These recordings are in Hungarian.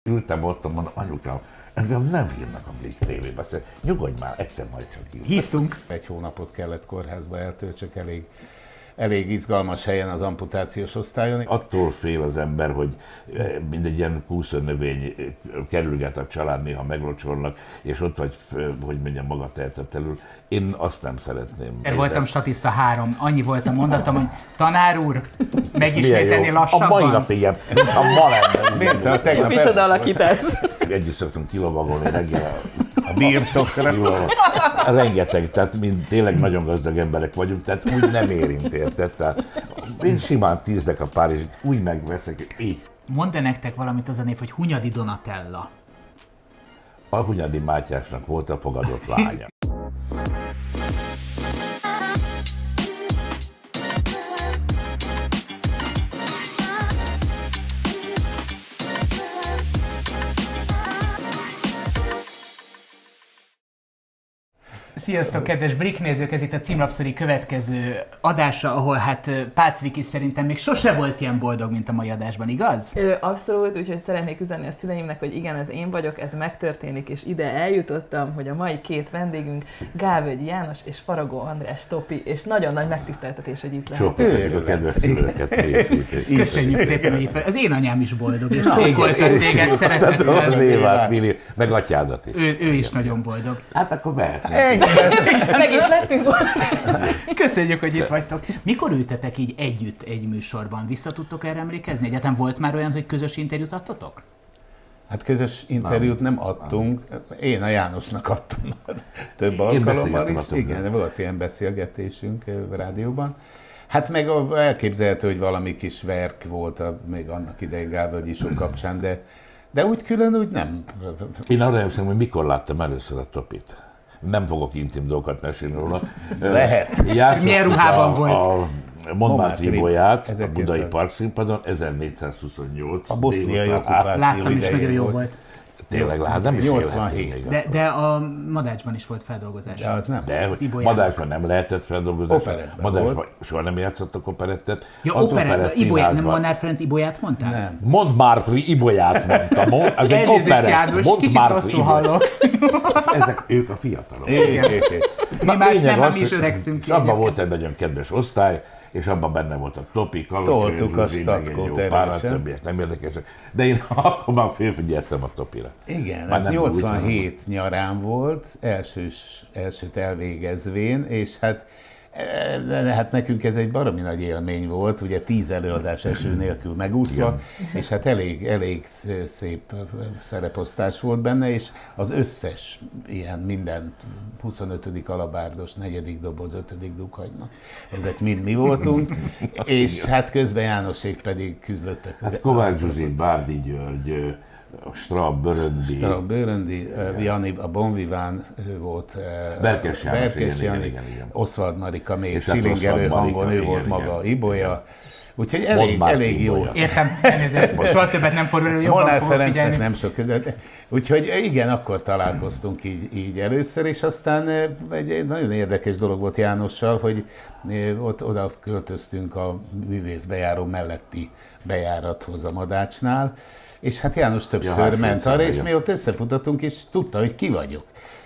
Ültem ott, mondom, anyukám, engem nem hívnak a Blik TV-be, azt mondja, nyugodj már, egyszer majd csak hívnak. Hívtunk. Egy hónapot kellett kórházba eltöltsök, elég izgalmas helyen az amputációs osztályon. Attól fél az ember, hogy mindegy ilyen kúszőnövény kerülget a család, néha meglocsolnak, és ott vagy, hogy mondjam, maga tehetetlenül. Én azt nem szeretném. Voltam statiszta 3, annyi volt a mondatom, hogy tanár úr, megismételni lassabban. A mai napig ilyen, mintha ma lenne. Micsoda alakítás. Együtt szoktunk kilovagolni reggel a birtokra. Rengeteg, tehát mind tényleg nagyon gazdag emberek vagyunk, tehát úgy nem érint, érted? Tehát én simán 10 a pár, és úgy megveszek, így. Mondd nektek valamit az a név, hogy Hunyadi Donatella. A Hunyadi Mátyásnak volt a fogadott lánya. Sziasztok, kedves Blik nézők, ez itt a Címlapszori következő adása, ahol hát Pácz Viki szerintem még sose volt ilyen boldog, mint a mai adásban, igaz? Abszolút, úgyhogy szeretnék üzenni a szüleimnek, hogy igen, ez én vagyok, ez megtörténik, és ide eljutottam, hogy a mai két vendégünk Gávölgyi János és Faragó András Topi, és nagyon nagy megtiszteltetés, hogy itt lehet. Csókoltatjuk a kedves szülőket. Köszönjük szépen, hogy itt vagy. Az én anyám is boldog, és csókoltat téged, szeretettel. Az Évát, Mili, meg atyádat is. Ő is nagyon boldog. Hát akkor mehetnénk. Meg is lettünk volna. Köszönjük, hogy itt vagytok. Mikor ültetek így együtt egy műsorban? Vissza tudtok erre emlékezni? Egyáltalán volt már olyan, hogy közös interjút adtatok? Hát közös interjút nem adtunk. Én a Jánosnak adtam több alkalommal is. Igen, volt ilyen beszélgetésünk rádióban. Hát meg elképzelhető, hogy valami kis verk volt még annak idején Gávölgyi Show kapcsán, de úgy külön úgy nem. Én arra emlékszem, hogy mikor láttam először a Topit. Nem fogok intim dolgokat mesélni róla. Lehet. Milyen ruhában volt? A Montmartre ibolyát a Budai Parkszínpadon 1428. A boszniai okupáció láttam is, nagyon jó volt. Tényleg lát, nem is 87. De a Madácsban is volt feldolgozás. De az nem. De Madácsban nem lehetett feldolgozás. Madácsban soha nem játszottak operettet. Ja, operett, Ibolyát, nem Molnár Ferenc Ibolyát mondtál? Nem. Montmartre ibolyát mondtam. Ez egy operett. János, kicsit rosszul hallok. Ezek ők a fiatalok. Mi más nem is öregszünk. És abban volt egy nagyon kedves osztály, és abban benne volt a Topi, Kalocsai, Zsuzsi, meg egy jó pár, többiek nem érdekesek. De én akkor már félfigyeltem a Topira. Igen, ez 87 nyarán volt, elsőt elvégezvén, és hát nekünk ez egy baromi nagy élmény volt, ugye 10 előadás eső nélkül megúszva, és hát elég szép szereposztás volt benne, és az összes ilyen minden 25. alabárdos, 4. doboz, 5. dughagyma, ezek mind mi voltunk, és hát közben Jánosék pedig küzdöttek. Hát Kovács Zsuzsi, Bárdi György, Straub Böröndi, Jani, a Bonviván volt, Berkes Jani, igen. Oszvald Marika még szilingelő hangon, ő volt maga Ibolya. Úgyhogy elég jó. Értem, soha többet nem fordul elő, jobban fogok figyelni. Nem sok, úgyhogy igen, akkor találkoztunk így először, és aztán egy nagyon érdekes dolog volt Jánossal, hogy ott oda költöztünk a művészbejáró melletti bejárathoz a Madácsnál, és hát János többször ment arra, és mi ott összefutottunk, és tudta, hogy ki vagyok.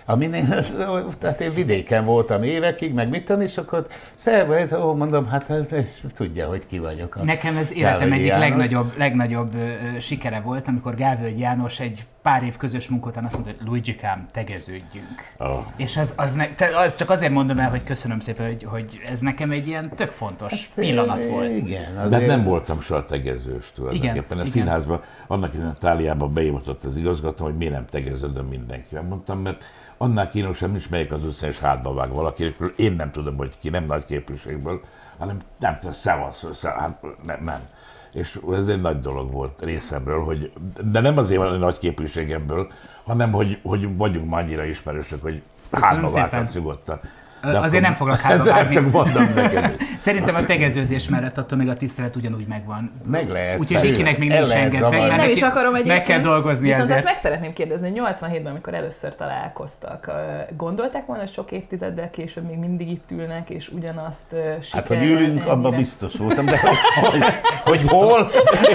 Tehát én vidéken voltam évekig, meg mit tudom, és akkor mondom, hát tudja, hogy ki vagyok. Nekem ez életem egyik legnagyobb sikere volt, amikor Gávölgyi János egy pár év közös munka után azt mondta, hogy Luigi-kám, tegeződjünk. Oh. És az csak azért mondom el, hogy köszönöm szépen, hogy ez nekem egy ilyen tök fontos pillanat volt. Igen, de nem voltam soha tegezős tulajdonképpen. A színházban, annak idején Táliában bejutott az igazgató, hogy miért nem tegeződöm mindenkivel. Mondtam, mert annál kínosabb nincs, melyik az utcán és hátba vág valaki, és én nem tudom, hogy ki, nem nagy képviségből, hanem nem tudom, nem. És ez egy nagy dolog volt részemről, de nem azért van a nagy képviségemből, hanem hogy vagyunk már annyira ismerősök, hogy hátba vághatsz nyugodtan. Azért nem foglak hátba bármi. Csak mondom neked. Szerintem a tegeződés mellett attól még a tisztelet ugyanúgy megvan. Meg lehet. Úgyhogy Vikinek még nincs engedve. Én nem is akarom egyébként. Meg kell dolgozni viszont ezért. ezt meg szeretném kérdezni, hogy 87-ben, amikor először találkoztak, gondolták volna, hogy sok évtizeddel később még mindig itt ülnek, és ugyanazt sikerülnek? Hát, hogy ülünk, abban biztos voltam, de hogy hol?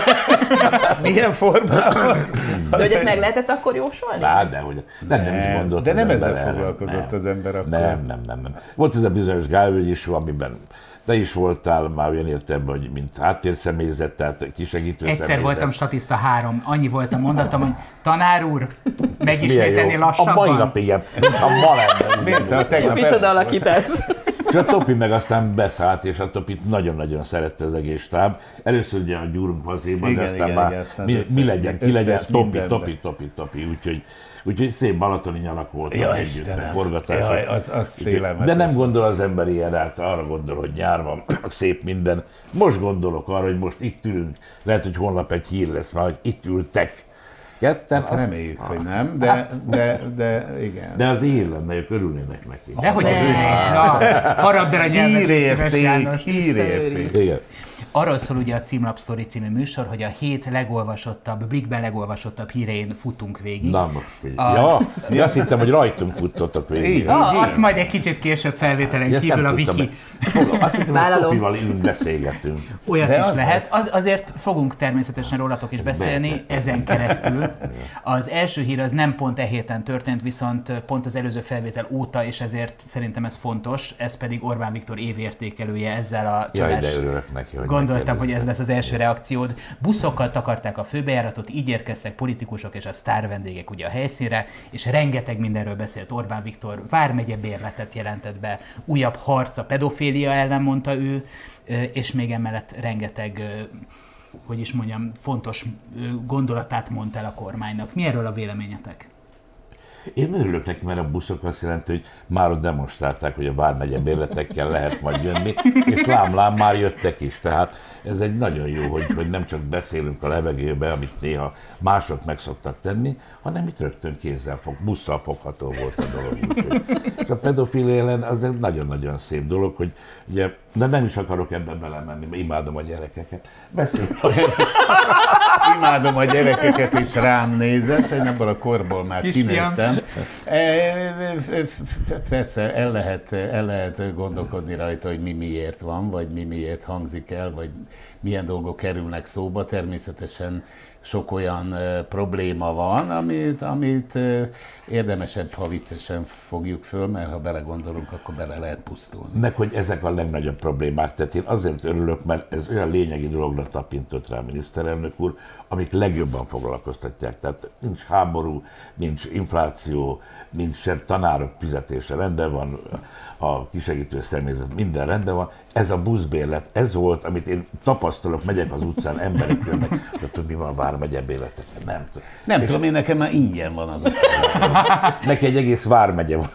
Milyen formában? De hogy ezt meg lehetett akkor jósolni? Dehogy. Nem is gondolt. De nem ezzel foglalkozott az ember akkor. Nem. Volt ez a bizonyos Gálvölgyi show, amiben te is voltál már olyan értelemben, hogy mint háttérszemélyzet, tehát kisegítő Egyszer személyzet. voltam statiszta 3, annyi volt a mondatom, hogy tanár úr, megismételni lassabban. A mai napig, mintha ma lenne. Micsoda alakítás. És a Topi meg aztán beszállt, és a Topit nagyon-nagyon szerette az egész stáb. Először ugye a Gyurunk vazéban, de aztán már mi legyen, ki legyen, Topi. Úgyhogy szép balatoni nyalak voltak együtt, forgatások. Az félelmetes. De nem gondol az ember ilyenre, hát arra gondol, hogy nyár van, szép minden. Most gondolok arra, hogy most itt ülünk, lehet, hogy holnap egy hír lesz már, hogy itt ültek. Ketten, hát reméljük, hogy nem, de igen. De az hír lenne, ők örülnének neki. Dehogy harabd el a nyelvet, hírérték. Igen. Arról szól ugye a Címlap Sztori című műsor, hogy a 7 legolvasottabb, Blikben legolvasottabb hírein futunk végig. Na most figyelj. Azt hittem, hogy rajtunk futtatok végig. Azt majd egy kicsit később felvételen kívül a Viki. Azt hittem, hogy Topival ülünk, beszélgetünk. Olyat is lehet. Azért fogunk természetesen rólatok is beszélni ezen keresztül. Az első hír az nem pont e héten történt, viszont pont az előző felvétel óta, és ezért szerintem ez fontos. Ez pedig Orbán Viktor évértékelője ezzel a Jaj, de örülök neki, hogy gondoltam, hogy ez lesz az első reakciód. Buszokkal takarták a főbejáratot, így érkeztek politikusok és a sztár vendégek ugye a helyszínre, és rengeteg mindenről beszélt Orbán Viktor. Vármegye bérletet jelentett be, újabb harc a pedofília ellen, mondta ő, és még emellett rengeteg, hogy is mondjam, fontos gondolatát mondta el a kormánynak. Mi erről a véleményetek? Én örülök neki, mert a buszok azt jelenti, hogy már ott demonstrálták, hogy a Vármegye bérletekkel lehet majd jönni, és lám már jöttek is. Tehát ez egy nagyon jó, hogy nem csak beszélünk a levegőbe, amit néha mások meg szoktak tenni, hanem itt rögtön busszal fogható volt a dolog. És a pedofília ellen az egy nagyon-nagyon szép dolog, hogy ugye, de nem is akarok ebben belemenni, mert imádom a gyerekeket. Imádom a gyerekeket, és rám nézett, én ebből a korból már kinőttem. Persze el lehet gondolkodni rajta, hogy mi miért van, vagy mi miért hangzik el, vagy milyen dolgok kerülnek szóba. Természetesen sok olyan probléma van, amit érdemesebb, ha viccesen fogjuk föl, mert ha belegondolunk, akkor bele lehet pusztulni. Meg, hogy ezek a legnagyobb problémák, tehát én azért örülök, mert ez olyan lényegi dologra tapintott rá a miniszterelnök úr, amik legjobban foglalkoztatják. Tehát nincs háború, nincs infláció, nincs sem tanárok fizetése, rendben van, a kisegítő személyzet, minden rendben van. Ez a buszbérlet, ez volt, amit én tapasztalok, megyek az utcán, emberek jönnek, hogy mi van Vármegye bérletek, nem tudom, én nekem már ingyen van az utcán. Neki egy egész Vármegye van.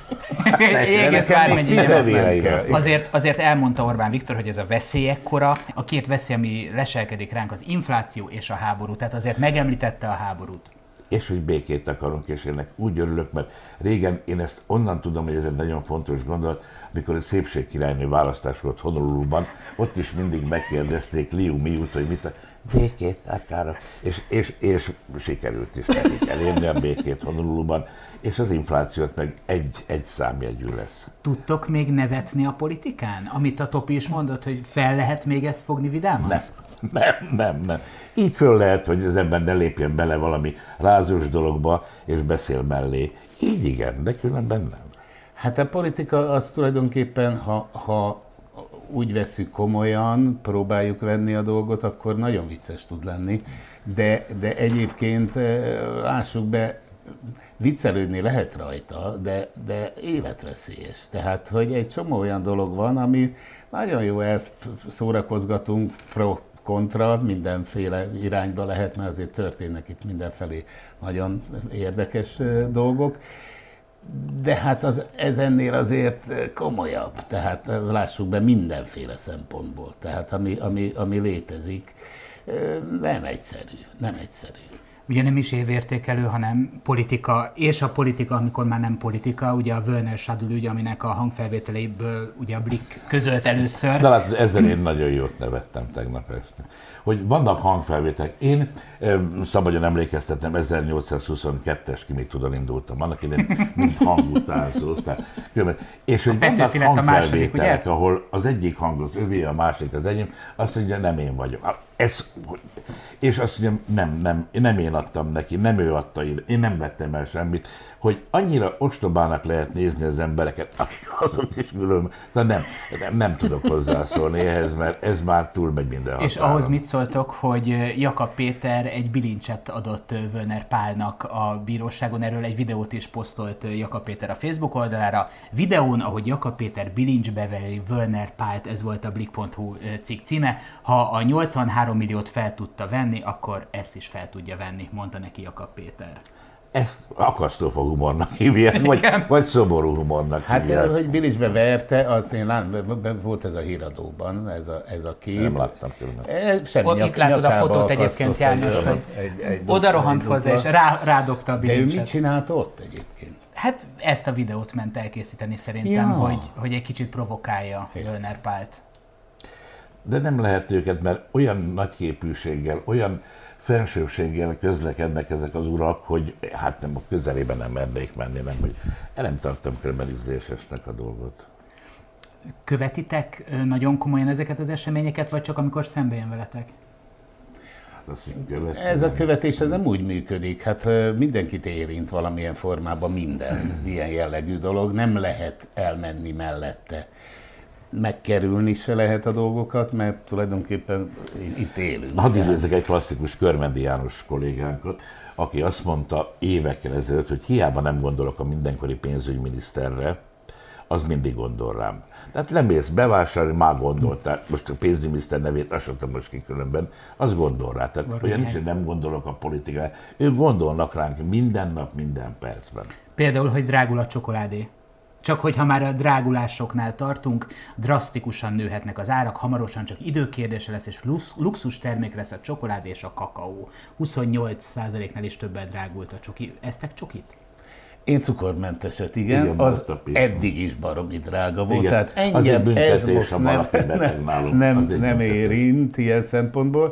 Azért elmondta Orbán Viktor, hogy ez a veszély ekkora. A két veszély, ami leselkedik ránk, az infláció és a háború. Tehát azért megemlítette a háborút. És hogy békét akarunk, és ennek úgy örülök, mert régen én ezt onnan tudom, hogy ez egy nagyon fontos gondolat, amikor egy szépségkirálynő választás volt Honoluluban, ott is mindig megkérdezték Liu Miut, hogy mit békét akarok, és sikerült is nekik elérni a békét Honoluluban, és az inflációt meg egy számjegyű lesz. Tudtok még nevetni a politikán? Amit a Topi is mondott, hogy fel lehet még ezt fogni vidáman? Nem. Így föl lehet, hogy az ember ne lépjen bele valami rázós dologba, és beszél mellé. Így igen, de különben nem. Hát a politika az tulajdonképpen, ha úgy vesszük komolyan, próbáljuk venni a dolgot, akkor nagyon vicces tud lenni. De egyébként lássuk be, viccelődni lehet rajta, de életveszélyes. Tehát, hogy egy csomó olyan dolog van, ami nagyon jó, ezt szórakozgatunk, kontra, mindenféle irányba lehet, mert azért történnek itt mindenfelé nagyon érdekes dolgok. De hát ez ennél azért komolyabb, tehát lássuk be mindenféle szempontból. Tehát ami létezik, nem egyszerű. Ugye nem is évértékelő, hanem politika, és a politika, amikor már nem politika, ugye a Völner Sándor ügy, aminek a hangfelvételeiből ugye a Blick közölt először. De hát ezzel én nagyon jót nevettem tegnap este. Hogy vannak hangfelvételek. Én szabadon emlékeztetem, 1822-es kimitudon indultam, annak idején mint hangutánzó. És hogy vannak hangfelvételek, ahol az egyik hang az övé, a másik az enyém, azt mondja, nem én vagyok. És azt mondja, nem én adtam neki, nem ő adta ide, én nem vettem el semmit, hogy annyira ostobának lehet nézni az embereket, akik azok is különben. Nem tudok hozzászólni ehhez, mert ez már túlmegy minden határon. És ahhoz mit szóltok, hogy Jakab Péter egy bilincset adott Völner Pálnak a bíróságon, erről egy videót is posztolt Jakab Péter a Facebook oldalára. Videón, ahogy Jakab Péter bilincsbe veri Völner Pált, ez volt a Blick.hu cikk címe. Ha a 83 milliót fel tudta venni, akkor ezt is fel tudja venni, mondta neki Jakab Péter. Ezt akasztófa humornak hívják, vagy szomorú humornak hívják. Hát, hogy bilincsbe verte, azt én volt ez a híradóban, ez a kép. Nem láttam különben. Itt látod a fotót egyébként, János, hogy oda rohant hozzá, és rádobta a bilincset. De ő mit csinált ott egyébként? Hát ezt a videót ment elkészíteni szerintem, hogy egy kicsit provokálja Völner Pált. De nem lehet őket, mert olyan nagyképűséggel, olyan fensőséggel közlekednek ezek az urak, hogy hát nem, a közelében nem mernék menni, nem tartom különben ízlésesnek a dolgot. Követitek nagyon komolyan ezeket az eseményeket, vagy csak amikor szembe jön veletek? Ez a követés ez nem úgy működik, hát mindenkit érint valamilyen formában minden ilyen jellegű dolog, nem lehet elmenni mellette. Megkerülni se lehet a dolgokat, mert tulajdonképpen itt élünk. Hadd idézzek egy klasszikus Körmendi János kollégánkat, aki azt mondta évekkel ezelőtt, hogy hiába nem gondolok a mindenkori pénzügyminiszterre, az mindig gondol rám. Tehát lemész bevásárolni, már gondoltál, most a pénzügyminiszter nevét azt most ki különben, az gondol rá. Tehát olyan is, hogy nem gondolok a politikára. Ők gondolnak ránk minden nap, minden percben. Például, hogy drágul a csokoládé. Csak hogyha már a drágulásoknál tartunk, drasztikusan nőhetnek az árak, hamarosan csak időkérdése lesz, és luxus termék lesz a csokoládé és a kakaó. 28%-nál is többet drágult a csoki. Eztek csokit? Én cukormenteset, igen, az eddig is baromi drága volt, igen. Tehát engem ez most nem érint ilyen szempontból.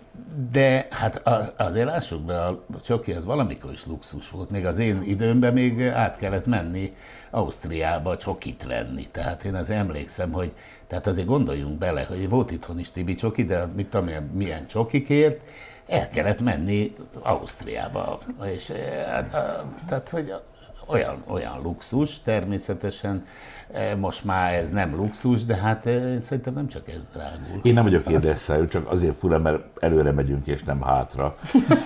De hát azért lássuk be, a csoki az valamikor is luxus volt. Még az én időmben még át kellett menni Ausztriába csokit venni. Tehát én azért emlékszem, hogy tehát azért gondoljunk bele, hogy volt itthon is Tibi csoki, de mit tudom én, milyen csokikért, el kellett menni Ausztriába. És tehát, hogy olyan luxus, természetesen most már ez nem luxus, de hát én szerintem nem csak ez drágul. Én nem vagyok édesszájú, csak azért fura, mert előre megyünk és nem hátra.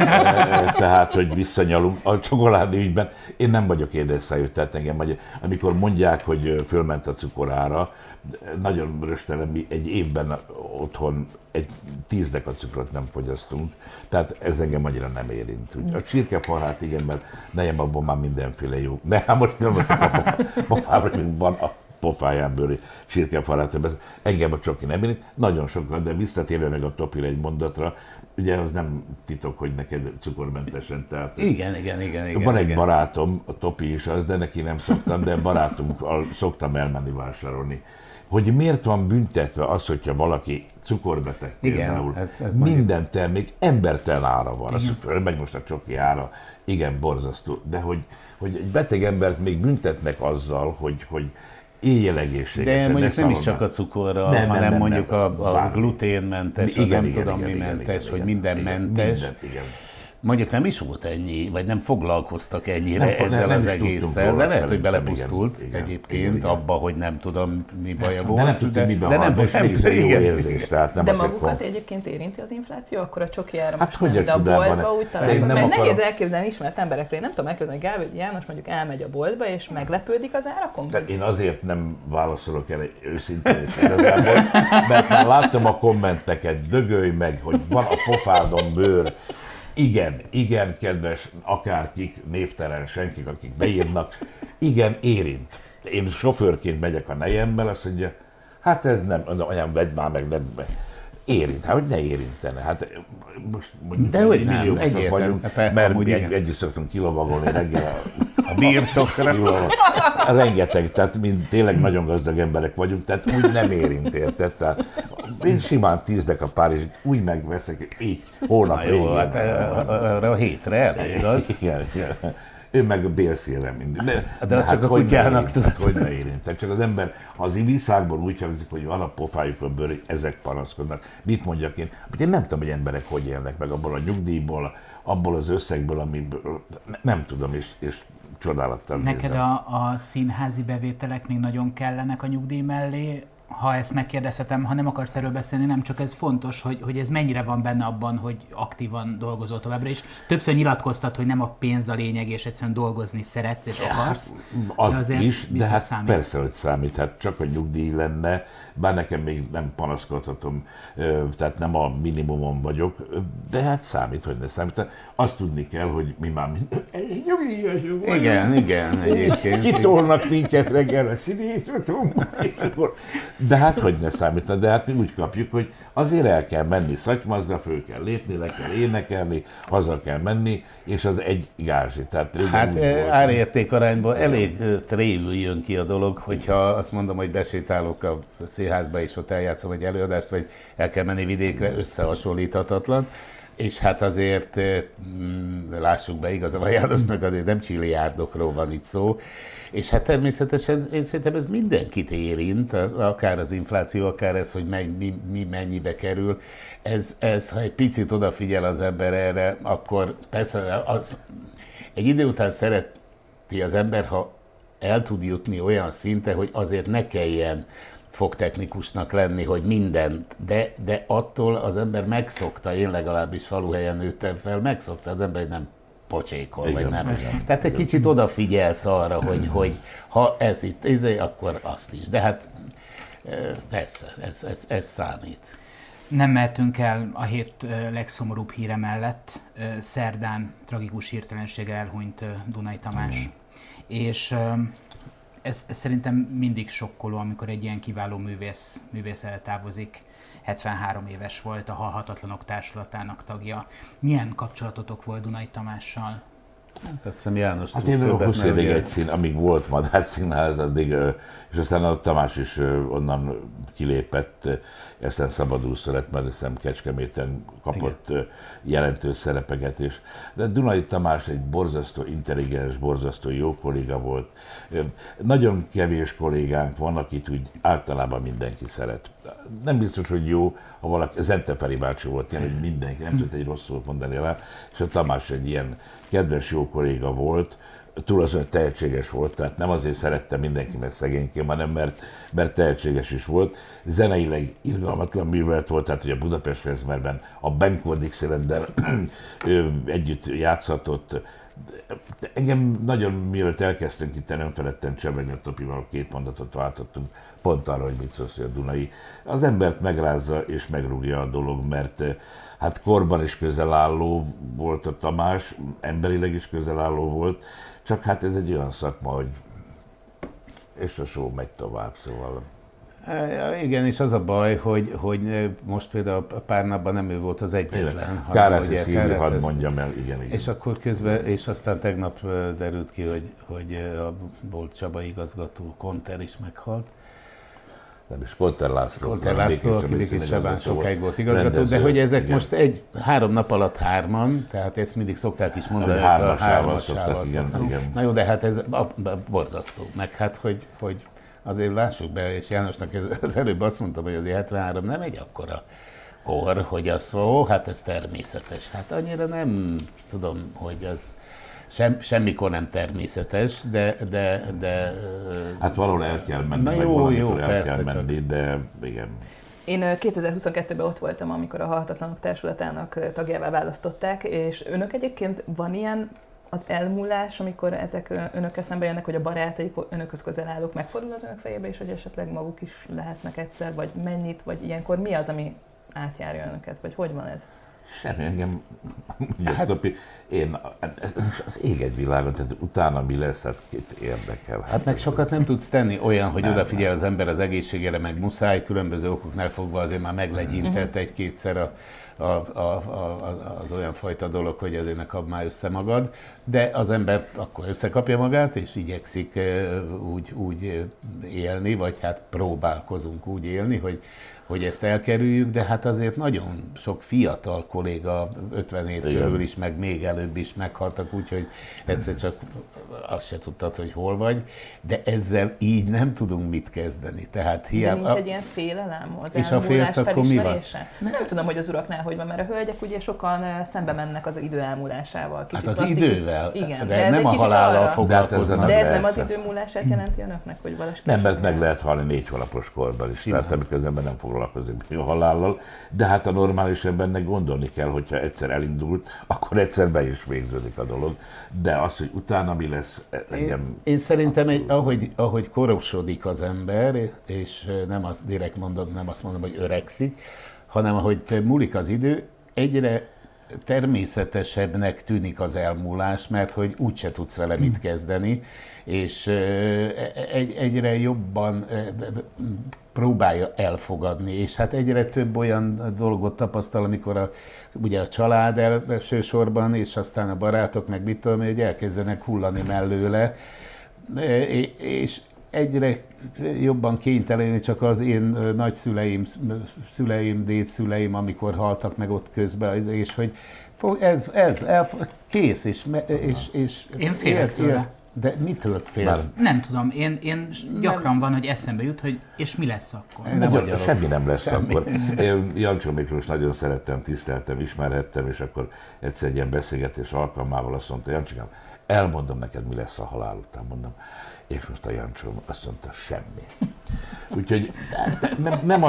Tehát, hogy visszanyalunk. A csokoládé ügyben én nem vagyok édesszájú, tehát engem, amikor mondják, hogy fölment a cukorára, nagyon röstelen, mi egy évben otthon egy 10 dekacukrot nem fogyasztunk, tehát ez engem annyira nem érint. A csirkefarhát igen, mert nejem abban már mindenféle jó. De hát most nem az a pofában van a pofáján bőri csirkefarhát, engem a csoki nem érint. Nagyon sokan, de visszatérve meg a Topira egy mondatra, ugye az nem titok, hogy neked cukormentesen, tehát... Igen. Van egy barátom, a Topi is az, de neki nem szoktam, de barátommal szoktam elmenni vásárolni. Hogy miért van büntetve az, hogyha valaki cukorbeteg például, ez minden termék embertelen ára van. Az fölmegy most a csoki ára, igen, borzasztó, de hogy egy beteg embert még büntetnek azzal, hogy éljél egészségesen. De mondjuk nem is csak a cukorra, hanem mondjuk a gluténmentes, nem tudom mi mentes, hogy minden mentes. Mondjuk nem is volt ennyi, vagy nem foglalkoztak ennyire ezzel az egésszel, de lehet, hogy belepusztult egyébként abba, hogy nem tudom, mi baja volt. De nem tudtam, mi baja volt, és mégis jó érzés. De magukat egyébként érinti az infláció, akkor a csoki ára most nem, de a boltba úgy találkozik. Mert nehéz elképzelni ismert emberekre, én nem tudom elképzelni, hogy Gálvölgyi János mondjuk elmegy a boltba, és meglepődik az árakon? De én azért nem válaszolok erre őszintén, mert már láttam a kommenteket, dögölj meg, hogy van a pofádon bőr. Igen, kedves akárkik, névtelen senkik, akik beírnak, igen, érint. Én sofőrként megyek a nejemmel, azt mondja, hát ez nem, olyan vegy már meg, nem. érint, hát hogy ne érintene. Hát most mondjuk dehogy nem, vagyunk, mert együtt szoktunk kilovagolni reggel a birtokra. Rengeteg, tehát mind tényleg nagyon gazdag emberek vagyunk, tehát úgy nem érint, érted? Tehát én simán 10-nek a pár, és úgy megveszek, így holnap jó, hát arra a hétre elég, az? Igen. Ő meg bélszélre mindig. De azt csak a kutyának tud. Hogy ne érint. Csak az ember, ha az viszágból úgy hangzik, hogy van a pofájuk a bőr, ezek panaszkodnak. Mit mondjak én? Én nem tudom, hogy emberek hogy élnek meg abból a nyugdíjból, abból az összegből, amiből nem tudom, és csodálattal neked a színházi bevételek még nagyon kellenek a nyugdíj mellé, ha ezt megkérdezhetem, ha nem akarsz erről beszélni, nem csak ez fontos, hogy ez mennyire van benne abban, hogy aktívan dolgozol továbbra is. Többször nyilatkoztat, hogy nem a pénz a lényeg, és egyszerűen dolgozni szeretsz és akarsz. Az is, de hát számít. Persze, hogy számít. Hát csak a nyugdíj lenne, bár nekem még nem panaszkodhatom, tehát nem a minimumon vagyok, de hát számít, hogy ne számít. Azt tudni kell, hogy mi már nyugdíjasok vagyunk. Igen, egyébként. Kitolnak minket reggel a színészatomban, de hát hogy ne számítna, de hát mi úgy kapjuk, hogy azért el kell menni Szatymazra, föl kell lépni, le kell énekelni, haza kell menni, és az egy gázsi. Tehát hát árértékarányban elég trévül jön ki a dolog, hogyha azt mondom, hogy besétálok a színházba, és ott eljátszom egy előadást, vagy el kell menni vidékre, összehasonlíthatatlan. És hát azért lássuk be, igazán a Jánosnak azért nem csilliárdokról van itt szó. És hát természetesen én szerintem ez mindenkit érint, akár az infláció, akár ez, hogy mi mennyibe kerül. Ez, ha egy picit odafigyel az ember erre, akkor persze egy idő után szereti az ember, ha el tud jutni olyan szinte, hogy azért ne kelljen fogtechnikusnak lenni, hogy mindent, de attól az ember megszokta, én legalábbis faluhelyen nőttem fel, megszokta az ember, hogy nem pocsékol, igen, vagy nem. Igen. Tehát egy kicsit odafigyelsz arra, hogy ha ez itt, akkor azt is. De hát persze, ez számít. Nem mehetünk el a hét legszomorúbb híre mellett. Szerdán tragikus hirtelenséggel elhunyt Dunai Tamás. És ez szerintem mindig sokkoló, amikor egy ilyen kiváló művész eltávozik. 73 éves volt, a Halhatatlanok Társulatának tagja. Milyen kapcsolatotok volt Dunai Tamással? Azt hiszem János hát én 20 évig egy szín, amíg volt Madách Színház, addig, és aztán a Tamás is onnan kilépett, aztán szabadúszó lett, mert hiszem Kecskeméten kapott jelentős szerepeket is. De Dunai Tamás egy borzasztó intelligens, borzasztó jó kolléga volt. Nagyon kevés kollégánk van, akit úgy általában mindenki szeret. Nem biztos, hogy jó, ha valaki, Zente Feri bácsi volt ilyen, hogy mindenki, nem tudott egy rossz szót mondani rá, és a Tamás egy ilyen kedves, jó kolléga volt, túl azon, hogy tehetséges volt, tehát nem azért szerette mindenki, mert szegénykém, hanem mert tehetséges is volt. Zeneileg irgalmatlan művelt volt, tehát hogy a Budapest Rezmerben a Benkor Dixielandel együtt játszhatott. Engem nagyon mielőtt elkezdtünk itt, nem feledtem Csebenyő Topival, 2 mondatot váltottunk, pont arra, hogy mit szólsz, hogy a Dunai. Az embert megrázza és megrúgja a dolog, mert hát korban is közelálló volt a Tamás, emberileg is közelálló volt, csak hát ez egy olyan szakma, hogy és a show megy tovább, szóval. Igen, és az a baj, hogy most például a pár napban nem ő volt az egyetlen. Kárászi Szilvi, hadd mondjam el, igen. És akkor közben, és aztán tegnap derült ki, hogy a Bolt Csaba igazgató, Konter is meghalt. Nem is, Konter László. Konter László, aki Békés Csabán sokáig volt igazgató, de hogy ezek igen. Most 3 nap alatt 3-an, tehát ezt mindig szokták is mondani, hogy a 3-assal szoktak. Na jó, de hát ez borzasztó. Meg hát, hogy azért lássuk be, és Jánosnak az előbb azt mondtam, hogy azért 73 nem egy akkora kor, hogy azt mondja, hát ez természetes. Hát annyira nem tudom, hogy az semmikor nem természetes, de hát valahol el kell menni, na meg jó, el persze, kell menni, de igen. Én 2022-ben ott voltam, amikor a Halhatatlanok Társulatának tagjává választották, és önök egyébként van ilyen az elmúlás, amikor ezek önök eszembe jönnek, hogy a barátaik, önökhöz közel állók, megfordul az önök fejébe, és hogy esetleg maguk is lehetnek egyszer, vagy mennyit, vagy ilyenkor mi az, ami átjárja önöket, vagy hogy van ez? Semmi, engem én az ég egy világon, tehát utána mi lesz, hát kit érdekel. Hát meg sokat nem tudsz tenni olyan, hogy odafigyel az ember az egészségére, meg muszáj, különböző okoknál fogva azért már meglegyintett egy-kétszer az olyan fajta dolog, hogy azért ne kapd már össze magad, de az ember akkor összekapja magát, és igyekszik úgy élni, vagy hát próbálkozunk úgy élni, hogy ezt elkerüljük, de hát azért nagyon sok fiatal kolléga 50 év körül is, meg még előbb is meghaltak, úgyhogy egyszer csak azt se tudtad, hogy hol vagy, de ezzel így nem tudunk mit kezdeni. Tehát hiába... De nincs egy ilyen félelem az és a félsz, akkor mi van? Nem tudom, hogy az uraknál hogy van, mert a hölgyek ugye sokan szembe mennek az idő elmúlásával. Kicsit hát az idővel, igen, de nem a halállal foglalkoznak. De ez nem az idő múlását jelenti önöknek, hogy valaki... Nem, mert meg lehet halni 4 hónapos korban is, tehát amikor az ember nem foglalkozik a halállal, de hát a normális embernek gondolni kell, hogyha egyszer elindult, akkor egyszer be is végződik a dolog, de az, hogy utána mi lesz, én szerintem, ahogy korosodik az ember, és nem azt direkt mondom, nem azt mondom, hogy öregszik, hanem ahogy múlik az idő, egyre természetesebbnek tűnik az elmúlás, mert hogy úgyse tudsz vele mit kezdeni, és egyre jobban próbálja elfogadni, és hát egyre több olyan dolgot tapasztal, amikor ugye a család elsősorban, és aztán a barátok, meg mit tudom, hogy elkezdenek hullani mellőle, és egyre jobban kénytelen, csak az én nagyszüleim, dédszüleim, amikor haltak meg ott közben, és hogy ez kész, és én félek tőle. De mitől félsz? Nem tudom, én gyakran van, hogy eszembe jut, hogy és mi lesz akkor? Semmi nem lesz akkor. Jancsó Miklós nagyon szerettem, tiszteltem, ismerhettem, és akkor egyszer egy ilyen beszélgetés alkalmával azt mondta, Jancsikám, elmondom neked, mi lesz a halál után, mondom. És most a Jancsó azt mondta, semmi. Úgyhogy nem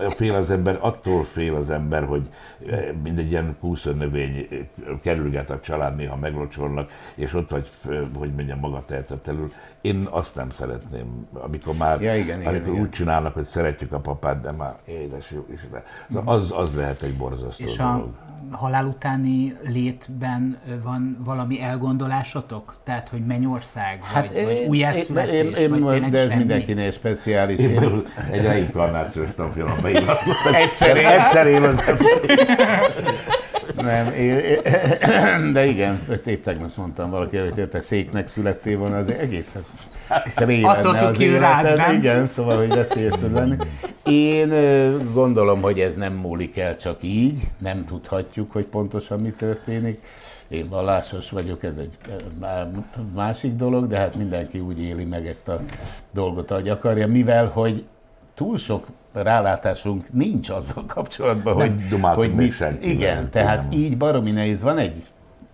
attól fél az ember, hogy mindegy ilyen kúszőnövény kerülget a család, néha meglocsolnak, és ott vagy, hogy mondjam, maga tehetetlenül. Én azt nem szeretném, amikor már amikor úgy csinálnak, hogy szeretjük a papát, de már édes jó Isten. Az lehet egy borzasztó és dolog. A halál utáni létben van valami elgondolásotok? Tehát, hogy mennyország, vagy újjászületés, vagy tényleg de ez semmi? mindenkinél speciális. Egy reinkarnációs tanfolyamon beiratkoztam. Egyszer évezem. Nem, de igen, épp tegnap mondtam valaki, hogy te széknek születtél volna, az egészen attól függ ki rád, nem? Igen, szóval, hogy veszélyes tud lenni. Én gondolom, hogy ez nem múlik el csak így, nem tudhatjuk, hogy pontosan mi történik. Én vallásos vagyok, ez egy másik dolog, de hát mindenki úgy éli meg ezt a dolgot, ahogy akarja, mivel hogy túl sok rálátásunk nincs azzal kapcsolatban, hogy mit. Igen, tehát így baromi nehéz. Van egy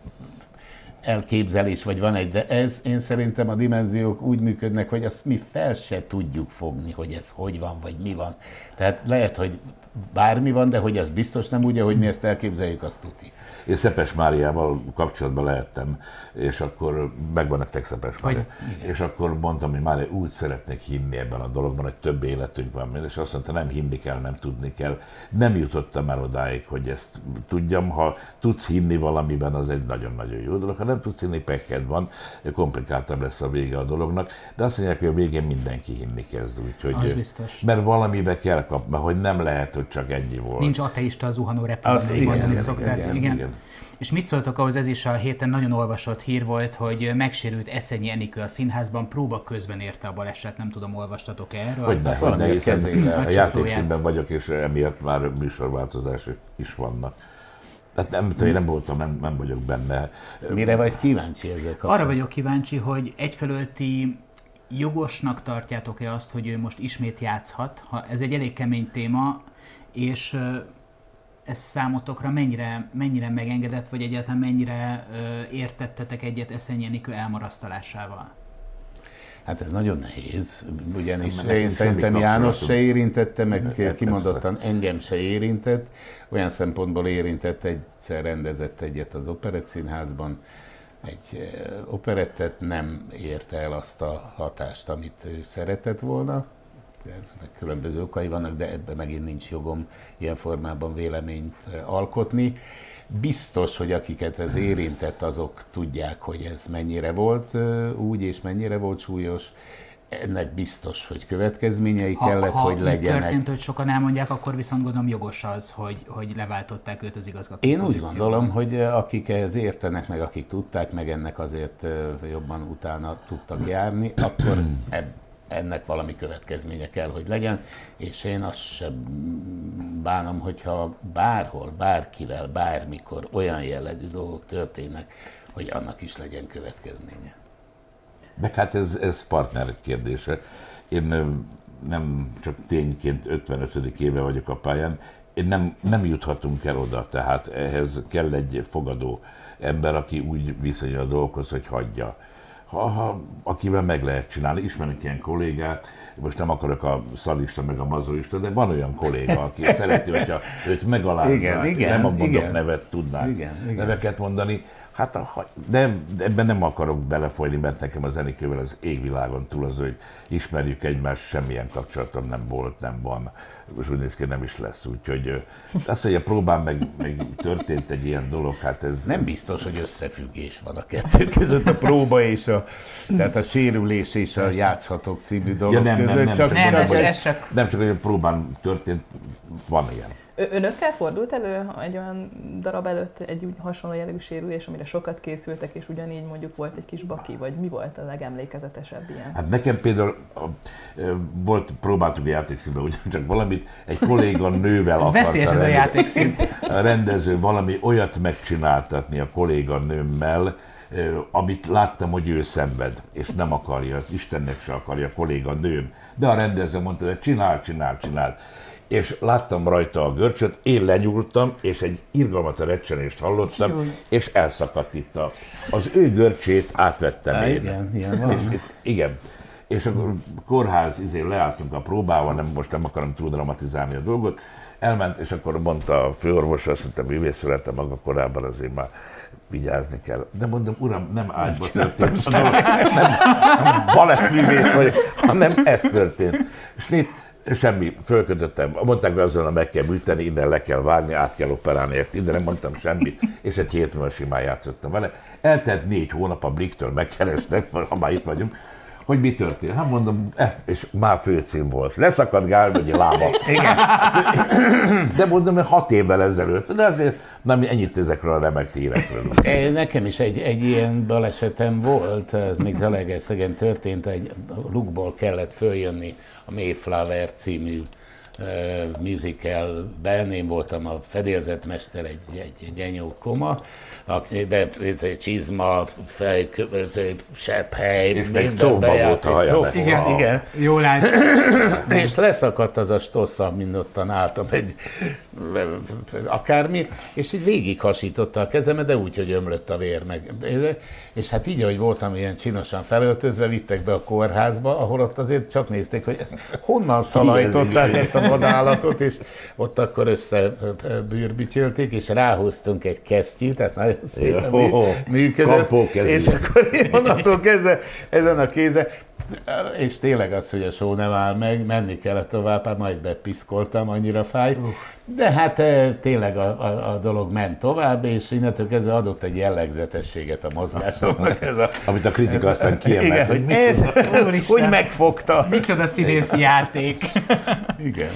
elképzelés, vagy van egy, de én szerintem a dimenziók úgy működnek, hogy azt mi fel se tudjuk fogni, hogy ez hogy van, vagy mi van. Tehát lehet, hogy bármi van, de hogy az biztos nem úgy, ahogy mi ezt elképzeljük, azt tuti. Én Szepes Máriával kapcsolatban lehettem, és akkor megvan nektek Szepes Mária. És akkor mondtam, hogy Mária, úgy szeretnék hinni ebben a dologban, hogy több életünk van, és azt mondta, nem hinni kell, nem tudni kell. Nem jutottam el odáig, hogy ezt tudjam. Ha tudsz hinni valamiben, az egy nagyon-nagyon jó dolog. Ha nem tudsz hinni, peked van, komplikáltabb lesz a vége a dolognak. De azt mondják, hogy a végén mindenki hinni kezd. Úgyhogy, az biztos. Mert valamibe kell kapni, hogy nem lehet, hogy csak ennyi volt. Nincs ateista az zuhanó repülőn, mondani szokták. Igen. És mit szóltok ahhoz, ez is a héten nagyon olvasott hír volt, hogy megsérült Eszenyi Enikő a színházban, próba közben érte a baleset, nem tudom, olvastatok erről? Hogyne, a játékszínben vagyok, és emiatt már műsorváltozások is vannak. Hát nem tudom, én nem voltam, nem vagyok benne. Mire vagy kíváncsi ezzel kapcsolatban? Arra vagyok kíváncsi, hogy egyfelől ti jogosnak tartjátok-e azt, hogy ő most ismét játszhat? Ez egy elég kemény téma, és ez számotokra mennyire megengedett, vagy egyáltalán mennyire értettetek egyet Eszenyi Enikő elmarasztalásával? Hát ez nagyon nehéz, ugyanis én szerintem János se érintette, meg kimondottan engem se érintett. Olyan szempontból érintett, egyszer rendezett egyet az Operettszínházban, egy operettet, nem érte el azt a hatást, amit ő szeretett volna. Különböző okai vannak, de ebben megint nincs jogom ilyen formában véleményt alkotni. biztos, hogy akiket ez érintett, azok tudják, hogy ez mennyire volt úgy, és mennyire volt súlyos. Ennek biztos, hogy következményei kellett, hogy legyenek. Ha történt, hogy sokan elmondják, akkor viszont gondolom jogos az, hogy leváltották őt az igazgató Én úgy gondolom, hogy akik ehhez értenek, meg akik tudták, meg ennek azért jobban utána tudtak járni, akkor ennek valami következménye kell, hogy legyen, és én azt sem bánom, hogyha bárhol, bárkivel, bármikor olyan jellegű dolgok történnek, hogy annak is legyen következménye. Meg hát ez partner kérdése. Én nem csak tényként 55. éve vagyok a pályán, nem juthatunk el oda, tehát ehhez kell egy fogadó ember, aki úgy viszonyul a dolgokhoz, hogy hagyja. Akivel meg lehet csinálni. Ismerünk ilyen kollégát, most nem akarok a szadista meg a mazolista, de van olyan kolléga, aki szereti, hogyha őt megalázzák, nem mondok nevet, tudnánk neveket mondani. Hát, de ebben nem akarok belefolyni, mert nekem a Enikővel az égvilágon túl az, hogy ismerjük egymást, semmilyen kapcsolatom nem volt, nem van, és úgy néz ki, nem is lesz. Úgyhogy azt, hogy a próbán meg történt egy ilyen dolog, hát ez... Nem biztos, hogy összefüggés van a kettő között, a próba és tehát a sérülés és a játszhatok című dolog között. Nem csak, hogy a próbán történt, van ilyen. Önökkel fordult elő egy olyan darab előtt egy úgy hasonló jellegű sérülés, amire sokat készültek, és ugyanígy mondjuk volt egy kis baki, vagy mi volt a legemlékezetesebb ilyen? Hát nekem például próbáltuk a játékszínben ugyancsak valamit, egy kolléga nővel a rendező valami olyat megcsináltatni a kolléganőmmel, amit láttam, hogy ő szenved, és nem akarja, Istennek se akarja a kolléganőm. De a rendező mondta, hogy csinál. És láttam rajta a görcsöt, én lenyúltam, és egy irgalmat a recsenést hallottam, és elszakadt itt az ő görcsét átvettem én. Igen, ilyen van. Igen. És akkor kórház, leálltunk a próbával, most nem akarom túl dramatizálni a dolgot, elment, és akkor mondta a főorvos, azt mondta, művész születtem maga korában, azért már vigyázni kell. De mondom, uram, nem ágyba történt, nem balettművész vagyok, hanem ez történt. És semmi, fölkötöttem, mondták, hogy azonnal meg kell műteni, innen le kell vágni, át kell operálni ezt, innen nem mondtam semmit, és egy hét múlva simán játszottam vele. Eltelt 4 hónap, a Bliktől megkerestek, ha már itt vagyunk, hogy mi történt. Hát mondom, ezt, és már főcím volt. Leszakadt Gálvölgyi lába. Igen. De mondom, hogy 6 évvel ezelőtt, de azért nem ennyit ezekről a remek hírekről. Nekem is egy ilyen balesetem volt, ez még Zalaegerszegen történt, egy lukból kellett följönni a Mayflower című musicalben, én voltam a fedélzetmester, egy genyó koma, de ez csizma, fej, sepphely, és még szóba volt a haja. Igen. Jól állt. És leszakadt az a stossza, mint ottan álltam egy akármi, és így végighasította a kezemet, de úgy, hogy ömlött a vér meg. És hát így, ahogy voltam ilyen csinosan felöltözve, vittek be a kórházba, ahol ott azért csak nézték, hogy ezt honnan szalajtották ezt a vadállatot, és ott akkor összebűrbütyölték, és ráhoztunk egy kesztyűt, tehát nagyon szépen működött, és akkor én onnantól kezdve ezen a kézen, és tényleg az, hogy a show nem áll meg, menni kellett tovább, hát majd bepiszkoltam, annyira fáj. De hát tényleg a dolog ment tovább, és innentől kezdve adott egy jellegzetességet a mozgásoknak. Amit a kritika aztán kiemelt, hogy hogy megfogta. Micsoda színészi játék. Igen.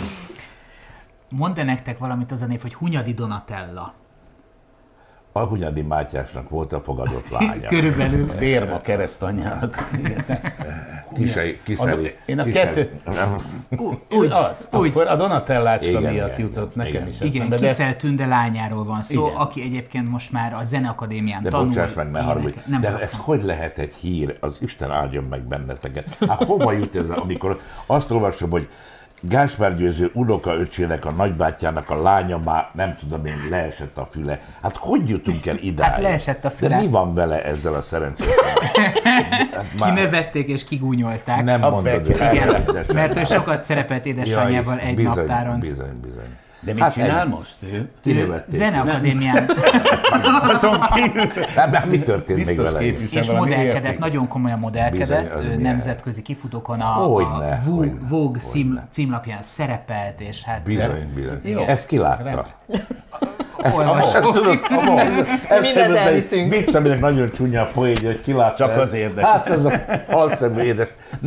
Mondd nektek valamit az a név, hogy Hunyadi Donatella. A Hunyadi Mátyásnak volt a fogadott lánya. Körülbelül. Bérma keresztanyjának. Én a kettő... Úgy. Akkor a Donatellácska miatt jutott nekem is eszembe. Igen, Kiszel Tünde lányáról van szó, aki egyébként most már a Zeneakadémián tanul. De bocsáss meg, ne haragudj. De ez hogy lehet egy hír? Az Isten áldjon meg benneteket. Hát hova jut ez, amikor azt olvasom, hogy Gáspár Győző unokaöcsének, a nagybátyjának a lánya már, nem tudom én, leesett a füle. Hát hogy jutunk el idáig? Hát leesett a füle. De mi van vele ezzel a szerencsével? Kinevették és kigúnyolták. Nem mondod. Igen, mert ő sokat szerepelt édesanyjával egy naptáron. Bizony. De mit csinál most? Zeneakadémián. Azon kívül. Mi történt még vele? És modellkedett, nagyon komolyan modellkedett, nemzetközi kifutókon a Vogue címlapján szerepelt, és hát... Bizony. Ezt kilátta. Olvasó. Mindent elhiszünk. Vicc, aminek nagyon csúnya a poénja, hogy kilát. Csak az érdekes. Hát ez a halszemű édes.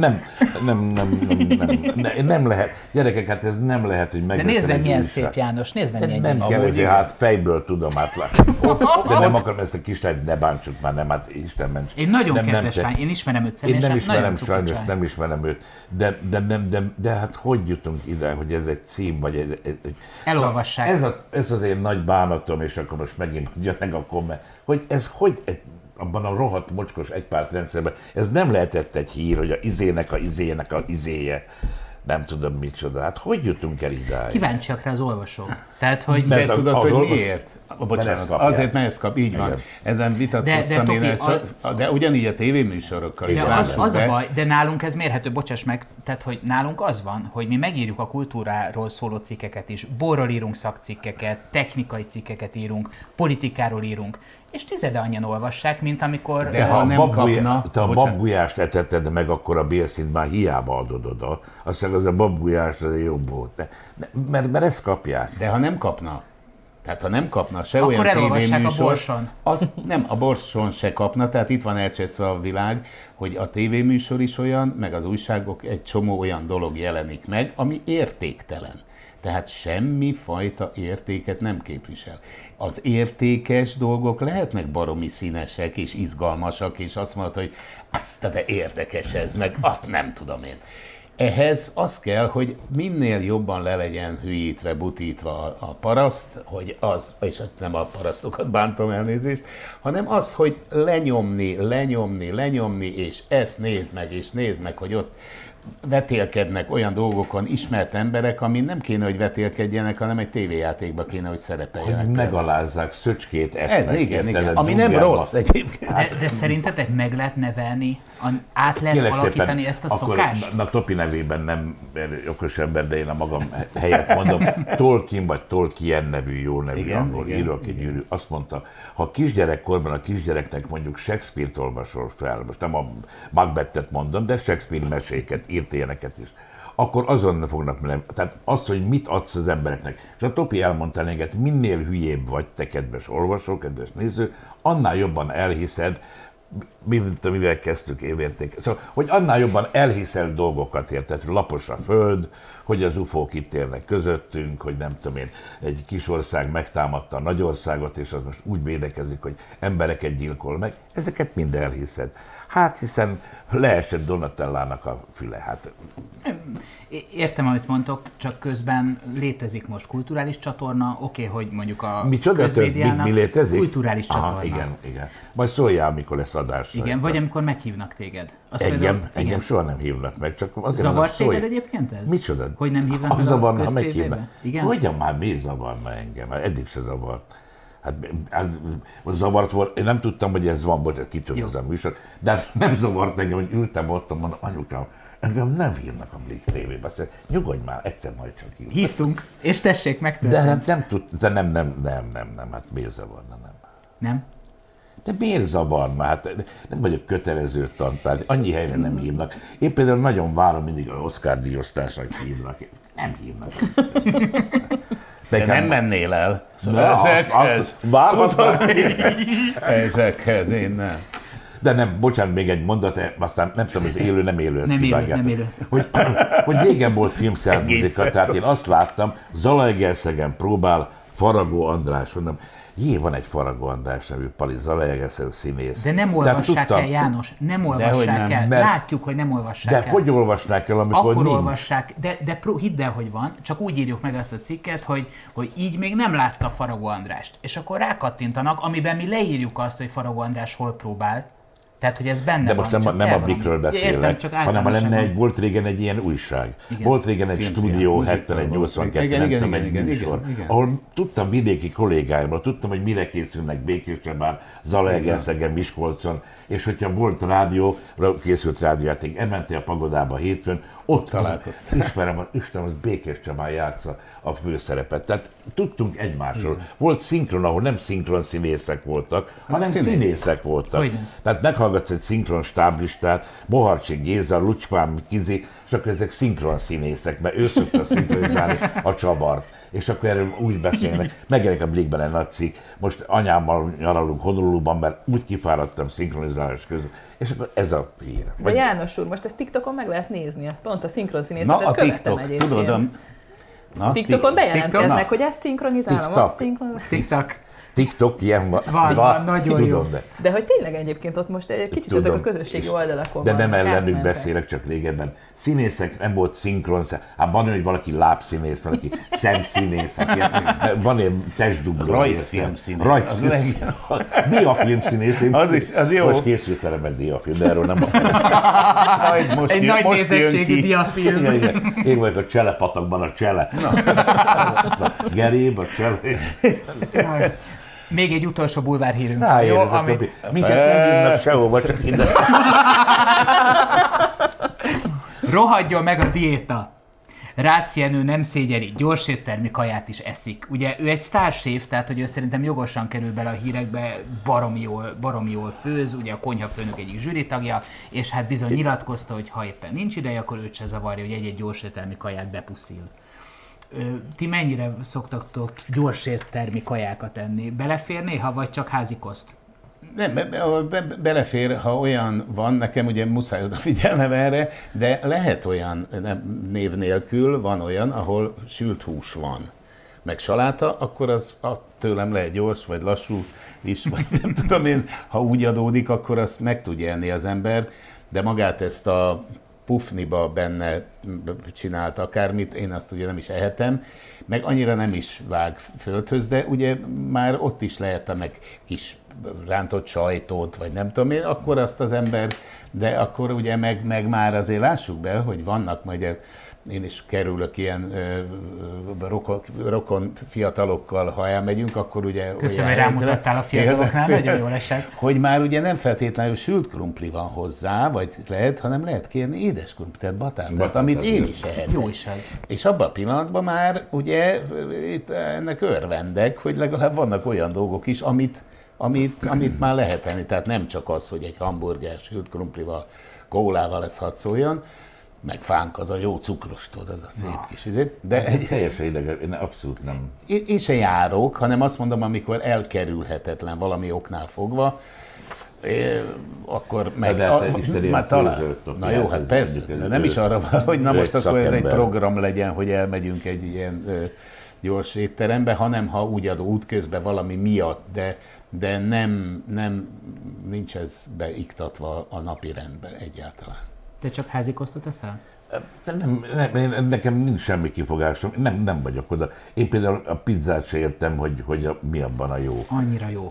Nem lehet. Gyerekek, hát ez nem lehet, hogy megveszem. De nézd meg, milyen szép János, nézd meg, milyen nem kell, ezért hát fejből tudom átlátni. De nem akarom ezt a kislányt, ne bántsuk már, nem, hát Isten ments. Én nagyon kedves lány, én ismerem őt személyesen. Én nem ismerem, sajnos nem ismerem őt. De hát hogy jutunk ide, hogy ez egy cím, vagy egy elolvassák. Ez az én nagy bánatom, és akkor most megint jönnek a komment, hogy ez hogy abban a rohadt mocskos egypártrendszerben, ez nem lehetett egy hír, hogy a izének a izéje, nem tudom micsoda. Hát hogy jutunk el idáig? Kíváncsiak rá az olvasók. Tehát, hogy... Mert tudod, hogy miért? Bocsánat, azért, mert ezt kap, így van. Igen. Ezen vitatkoztam de ugyanígy a tévéműsorokkal is. Az a baj, de nálunk ez mérhető, bocsáss meg, tehát, hogy nálunk az van, hogy mi megírjuk a kultúráról szóló cikkeket is, borról írunk szakcikkeket, technikai cikkeket írunk, politikáról írunk, és tizede annyian olvassák, mint amikor... De ha nem kapna... Te a babgulyást etetted meg, akkor a bélszint már hiába adod oda. Aztán az a babgulyás az jobb volt. Mert ezt kapják. De ha nem kapna, tehát ha nem kapna se akkor olyan tévéműsor... a Borson. Nem, a Borson se kapna, tehát itt van elcseszve a világ, hogy a tévéműsor is olyan, meg az újságok, egy csomó olyan dolog jelenik meg, ami értéktelen. Tehát semmi fajta értéket nem képvisel. Az értékes dolgok lehetnek baromi színesek és izgalmasak, és azt mondod, hogy azt de érdekes ez, meg nem tudom én. Ehhez az kell, hogy minél jobban le legyen hülyítve, butítva a paraszt, hogy az, és nem a parasztokat bántom, elnézést, hanem az, hogy lenyomni, és ezt nézd meg, hogy ott vetélkednek olyan dolgokon ismert emberek, ami nem kéne, hogy vetélkedjenek, hanem egy tévéjátékba kéne, hogy szerepeljenek. Hogy megalázzák, szöcskét esznek. Ez igen. Ami nem rossz egyébként. De szerintetek meg lehet nevelni, át lehet alakítani szépen, ezt a szokást? Na Topi nevében nem okos ember, de én a magam helyett mondom, Tolkien vagy Tolkien nevű, jó nevű angol író, aki gyűrű, azt mondta, ha kisgyerekkorban a kisgyereknek mondjuk Shakespeare-t olvasol fel, most nem a Macbethet mondom, de Shakespeare meséket, írt ilyeneket is, akkor azon fognak menni. Tehát azt, hogy mit adsz az embereknek. És a Topi elmondta neked, minél hülyébb vagy, te kedves olvasó, kedves néző, annál jobban elhiszed, mivel kezdtük évérték. Szóval, hogy annál jobban elhiszel dolgokat, érted, hogy lapos a föld, hogy az UFO-k itt érnek közöttünk, hogy nem tudom én, egy kis ország megtámadta a nagy országot, és az most úgy védekezik, hogy embereket gyilkol meg. Ezeket mind elhiszed. Hát hiszen leesett Donatellának a füle. Hát. Értem, amit mondtok, csak közben létezik most kulturális csatorna, oké, hogy mondjuk a közmédiának mi létezik? Kulturális csatorna. Igen. Majd szóljál, amikor lesz adás. Igen, vagy amikor meghívnak téged. Engem soha nem hívnak meg, csak azért zavart téged egyébként ez? Micsoda? Hogy nem hívnak meg a köztévébe? Igen? Hogyan már mi zavarna engem? Eddig se zavart. Hát zavart volt, én nem tudtam, hogy ez van, bocsánat, kitűnt ez a műsor, de hát nem zavart engem, hogy ültem ott, mondom, anyukám, engem nem hívnak a Blik TV-be, azt mondja, nyugodj már, egyszer majd csak hívnak. Hívtunk, és tessék megtörténni. De hát nem tudtam, nem, hát miért zavarna, nem. Nem? De miért zavarna? Hát nem vagyok kötelező tantárgy, annyi helyre nem hívnak. Én például nagyon várom mindig az Oscar-díjosztásnak hívnak. Nem hívnak. De nem mennél el. Ezekhez én nem. De nem, bocsánat, még egy mondat, aztán nem tudom, ez élő, nem élő, ezt nem élő. Hogy régen volt filmszermuzika, tehát én azt láttam, Zalaegerszegen próbál Faragó András, mondom, van egy Faragó András nevű Pali, Zalaegerszeg színész. De nem olvassák el, János, nem olvassák el. Látjuk, hogy nem olvassák el. De hogy olvasnák el, amikor akkor nincs? Olvassák, de hidd el, hogy van, csak úgy írjuk meg ezt a cikket, hogy így még nem látta Faragó Andrást. És akkor rákattintanak, amiben mi leírjuk azt, hogy Faragó András hol próbál. Tehát, hogy ez benne van. De most nem a Blikről beszélek, hanem volt régen egy ilyen újság. Igen. Volt régen egy Stúdió 71-82, nem tudom, egy műsor, ahol tudtam vidéki kollégáimról, tudtam, hogy mire készülnek Békéscsabán, Zalaegerszegen, Miskolcon, és hogyha volt rádió, készült rádiójáték, elmentél a pagodába hétfőn, ott találkoztál. Ismerem, Istenem, az Békéscsabán játsza a főszerepet. Tehát tudtunk egymásról. Volt szinkron, ahol nem szinkron színészek voltak, hanem színészek voltak. Tehát meghallgatsz egy szinkron stáblistát, Moharcsik Géza, Lucspán Kizi, és akkor ezek szinkron színészek, mert ő szokta szinkronizálni a Csabart. És akkor erről úgy beszélnek, megjelenik a Blikben egy nagy cikk, most anyámmal nyaralunk Honoluluban, mert úgy kifáradtam szinkronizálás közben. És akkor ez a hír. De János úr, most ezt TikTokon meg lehet nézni, ezt pont a szinkron színészetet követem egyébként. Tudod, TikTokon bejelentkeznek, hogy ezt szinkronizálom, azt szinkronizálom. TikTok ilyen van, nagyon tudom, jó. De hogy tényleg egyébként ott most egy kicsit ezek a közösségi oldalakon de nem ellenük beszélek, csak régebben. Színészek, nem volt szinkron, hát van olyan, hogy valaki lábszínész, valaki szemszínész, van ilyen testdubló. Rajzfilmszínész. Diafilmszínész. Az jó. Most készült el meg diafilm, de erről nem akarok. Egy nagy nézettségi diafilm. Én vagyok a Cselepatakban a Csele. Geréb, a Csele. Még egy utolsó bulvárhírünk. Jó, amit... Minket nem hívnak sehova, csak innen. Rohadjon meg a diéta! Rácz Jenő nem szégyeli, gyors éttermi kaját is eszik. Ugye ő egy sztárséf, tehát hogy ő szerintem jogosan kerül bele a hírekbe, baromi jól főz, ugye a konyhafőnök egyik zsűritagja, és hát bizony nyilatkozta, hogy ha éppen nincs ideje, akkor őt se zavarja, hogy egy-egy gyors éttermi kaját bepuszil. Ti mennyire szoktatok gyors éttermi kajákat enni? Belefér néha, vagy csak házi koszt? Nem, belefér, ha olyan van, nekem ugye muszáj odafigyelnem erre, de lehet olyan név nélkül, van olyan, ahol sült hús van, meg saláta, akkor az tőlem lehet gyors, vagy lassú is, vagy nem tudom én, ha úgy adódik, akkor azt meg tudja enni az ember, de magát ezt a pufniba benne csinált akármit, én azt ugye nem is ehetem, meg annyira nem is vág földhöz, de ugye már ott is lehet meg kis rántott sajtot, vagy nem tudom én, akkor azt az ember, de akkor ugye meg már azért lássuk be, hogy vannak majd, én is kerülök ilyen rokon fiatalokkal, ha elmegyünk, akkor ugye... Köszönöm, hogy rámutattál a fiataloknál, nagyon jól esett. Hogy már ugye nem feltétlenül sült krumpli van hozzá, vagy lehet, hanem lehet kérni édes krumplit, tehát batátát, amit én is ehetek. Jó is ez. És abban a pillanatban már ugye itt ennek örvendek, hogy legalább vannak olyan dolgok is, amit már lehet enni. Tehát nem csak az, hogy egy hamburger sült krumplival, kólával ez hadd szóljon, meg fánk, az a jó cukros, tudod, az a szép kis izé. De teljesen idegen, én abszolút nem. Én se járok, hanem azt mondom, amikor elkerülhetetlen valami oknál fogva, akkor meg... Na jó, hát persze, de nem is arra van, hogy na most akkor ez egy program legyen, hogy elmegyünk egy ilyen gyors étterembe, hanem ha úgy adó útközben valami miatt, de nincs ez beiktatva a napi rendbe egyáltalán. Te csak házi kosztot eszel? Nekem nincs semmi kifogásom, nem vagyok oda. Én például a pizzát se értem, hogy mi abban a jó. Annyira jó.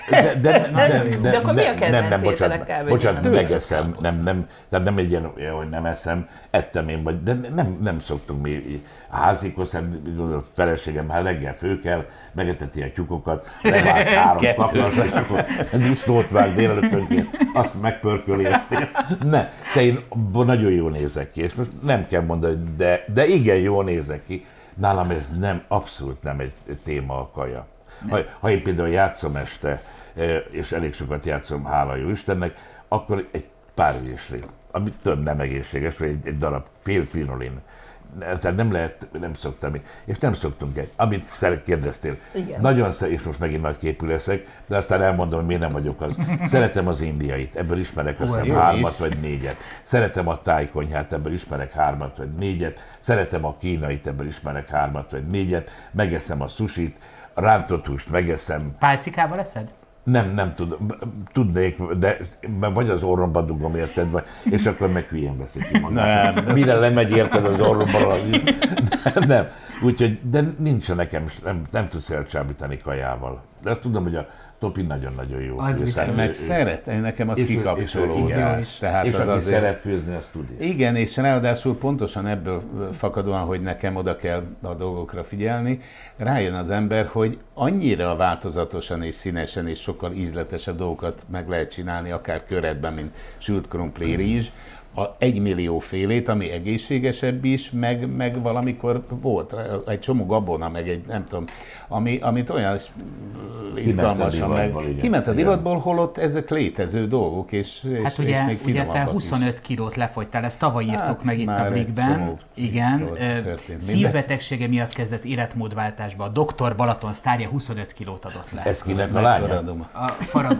De akkor mi a kedvenc ételekkel? Bocsánat, megeszem, tehát nem egy ilyen, hogy nem eszem, ettem én, de nem szoktunk mi házikhoz, a feleségem hát reggel fő kell, megeteti a tyúkokat, levált 3 kaplas, és akkor disznót vág délelőttönként, azt megpörköli, ne, de én nagyon jól nézek ki, és most nem kell mondani, de igen jól nézek ki, nálam ez abszolút nem egy téma a kaja. Ha én például játszom este, és elég sokat játszom, hála jó Istennek, akkor egy pár virsli, ami több nem egészséges, vagy egy darab fél finolin. Tehát nem szoktam, és nem szoktunk amit kérdeztél. Igen. Nagyon és most megint nagy képű leszek, de aztán elmondom, hogy miért nem vagyok az. Szeretem az indiait, ebből ismerek azt hiszem 3 vagy 4-et. Szeretem a tájkonyhát, ebből ismerek 3 vagy 4-et. Szeretem a kínait, ebből ismerek 3 vagy 4-et. Megeszem a sushit, a rántott húst megeszem. Pálcikával eszed? Nem tudom, tudnék, de vagy az orromba dugom, érted, és akkor meg hülyén veszik ki magát. Mire lemegy, érted az orromba? Nem. Úgyhogy, de nincs nekem, nem tudsz elcsábítani kajával. De azt tudom, hogy a Topi nagyon-nagyon jó. Meg szeret, nekem az kikapcsolódás. Tehát és aki szeret főzni, azt tud is. Igen, és ráadásul pontosan ebből fakadóan, hogy nekem oda kell a dolgokra figyelni, rájön az ember, hogy annyira változatosan és színesen és sokkal ízletesebb dolgokat meg lehet csinálni, akár köretben, mint sült krumpli, rizs, a 1 millió félét, ami egészségesebb is, meg valamikor volt egy csomó gabona, meg egy nem tudom, amit olyan izgalmasan meg... Kiment a divatból, holott ezek létező dolgok, és még ugye te 25 kilót lefogytál, ezt tavaly írtuk meg itt a Blikben. Igen, szívbetegsége miatt kezdett életmódváltásba. A Dr. Balaton sztárja 25 kilót adott le. Ez kinek a lánya? A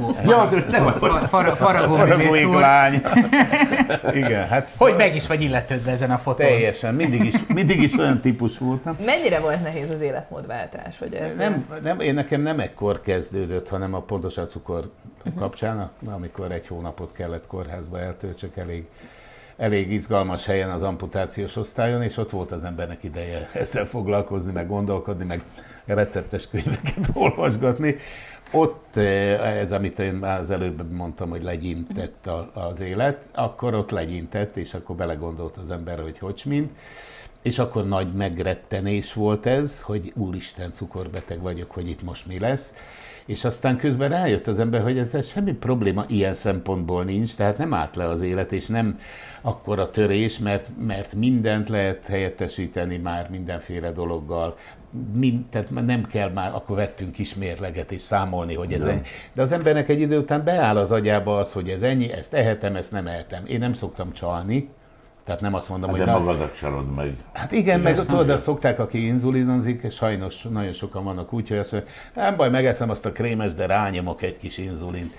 Faragó lány. Igen, hát hogy meg is vagy illetődve ezen a fotón? Teljesen, mindig is olyan típus voltam. Mennyire volt nehéz az életmódváltás? Hogy ez Nekem nem ekkor kezdődött, hanem pontosan a cukor kapcsán, amikor 1 hónapot kellett kórházba eltöltsek elég izgalmas helyen az amputációs osztályon, és ott volt az embernek ideje ezzel foglalkozni, meg gondolkodni, meg receptes könyveket olvasgatni. Ott ez, amit én már az előbb mondtam, hogy legyintett az élet, akkor ott legyintett, és akkor belegondolt az ember, hogy mint. És akkor nagy megrettenés volt ez, hogy úristen, cukorbeteg vagyok, hogy itt most mi lesz. És aztán közben rájött az ember, hogy ezzel semmi probléma ilyen szempontból nincs, tehát nem állt le az élet, és nem akkora törés, mert mindent lehet helyettesíteni már mindenféle dologgal. Tehát nem kell már, akkor vettünk kis mérleget és számolni, hogy ez ennyi. De az embernek egy idő után beáll az agyába az, hogy ez ennyi, ezt ehetem, ezt nem ehetem. Én nem szoktam csalni, tehát nem azt mondom, hogy... De magadat csalod meg. Hát igen, meg tudod, azt szokták, aki inzulinozik, és sajnos nagyon sokan vannak úgy, hogy azt mondja, nem baj, megeszem azt a krémes, de rányomok egy kis inzulint.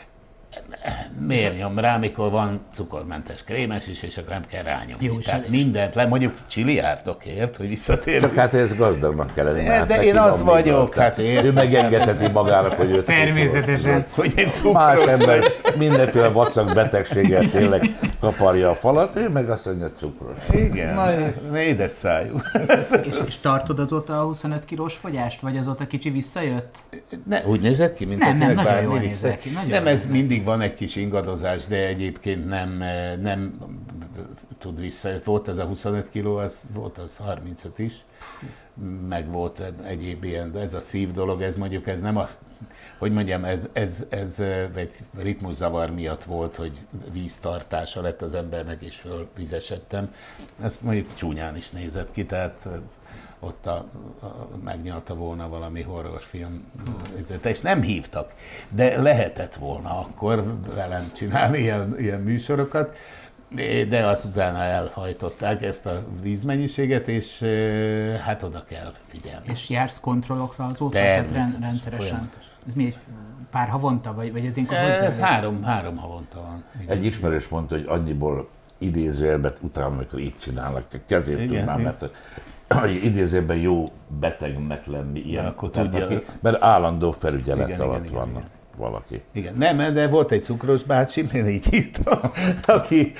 Miért nyom rá, mikor van cukormentes krémes is, és akkor nem kell rányomni. Jó, tehát mindent mondjuk csiliárdokért, hogy visszatérjünk. Csak hát ez gazdagnak kell lenni. De én az vagyok, hát ő megengedheti magának, hogy őt természetesen. Hogy én cukros. Más ember mindenféle vacak betegséggel tényleg kaparja a falat, ő meg azt mondja, cukros. Igen, édes szájú. És tartod azóta a 25 kilós fogyást, vagy azóta kicsi visszajött? Úgy nézett ki, mint nem, nagyon jól nézett ki. Nem, ez mindig van egy kis ingadozás, de egyébként nem tud visszajött. Volt ez a 25 kiló, volt az 35 is, meg volt egyéb ilyen, de ez a szív dolog, ez mondjuk, ez nem a, hogy mondjam, ez egy ritmuszavar miatt volt, hogy víztartása lett az embernek, és fölvizesedtem. Ezt mondjuk csúnyán is nézett ki, tehát ott megnyalta volna valami horrorfilm, és nem hívtak, de lehetett volna akkor velem csinálni ilyen műsorokat, de azt utána elhajtották ezt a vízmennyiséget, és hát oda kell figyelni. És jársz kontrollokra azóta? Rendszeresen? Folyamatosan. Ez mi, egy pár havonta, vagy ez ilyenkor? Ez három havonta van. Igen. Egy ismerős mondta, hogy annyiból idézőjelben utána, amikor így csinálnak, kezét tudnám, mert hogy idézőben jó betegnek lenni ilyen, akkor tudja, mert állandó felügyelet alatt vannak valaki. Igen, nem, de volt egy cukros bácsi, én így hívtam, aki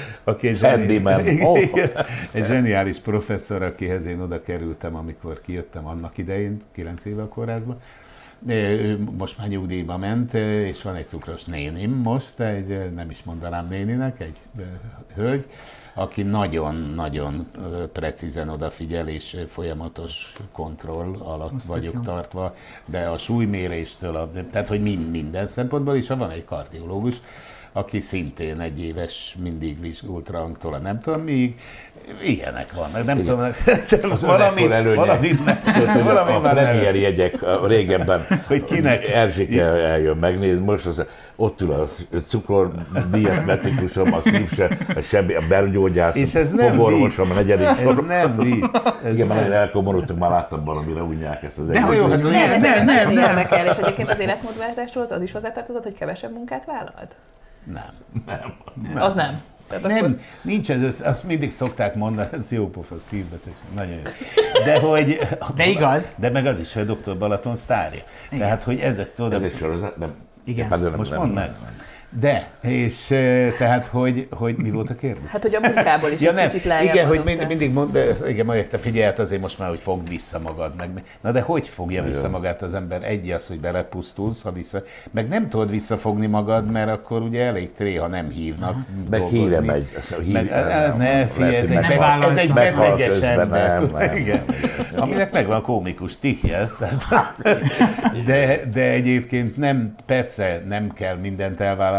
egy zseniális professzor, akihez én oda kerültem, amikor kijöttem annak idején, 9 éve a kórházba. Ő most már nyugdíjba ment, és van egy cukros nénim most, nem is mondanám néninek, egy hölgy, aki nagyon-nagyon precízen odafigyel, és folyamatos kontroll alatt azt vagyok tartva, de a súlyméréstől, tehát hogy minden szempontból, és van egy kardiológus, aki szintén 1 éves, mindig vizsgult rangtól, nem tudom míg, ilyenek vannak, nem tudom, valami a premier jegyek régebben, hogy kinek Erzsike eljön megnézni, most ott ül a cukordiabetikusom, a szívse, a belgyógyász, a fogorvosom, a 4. sor. Ez nem vicc. Igen, már nagyon elkomolodtunk, már láttam valamire unják ezt az egész. De jó, hát nem érdekel, és egyébként az életmódváltáshoz az is hozzátartozott, hogy kevesebb munkát vállalt? Nem. Az nem. Nem, nincs ez, azt mindig szokták mondani, ez jó pofa, szívbetegség, nagyon jó. De igaz. De meg az is, hogy a Dr. Balaton sztárja. Igen. Tehát, hogy ezek tudod... Ez egy sorozat, nem. Igen. Most mondd meg. De, és tehát, hogy mi volt a kérdés? Hát, hogy a munkából is egy kicsit lejjebb. Igen, hogy mindig mondják, te figyelj, azért most már, hogy fogd vissza magad. Na de hogy fogja vissza magát az ember? Egy az, hogy belepusztulsz, ha vissza. Meg nem tudod visszafogni magad, mert akkor ugye elég tréha nem hívnak. Meg híre megy. Ne, figyelj, ez egy beteges ember. Aminek megvan a kómikus tihje. De egyébként nem, persze nem kell mindent elvállalni,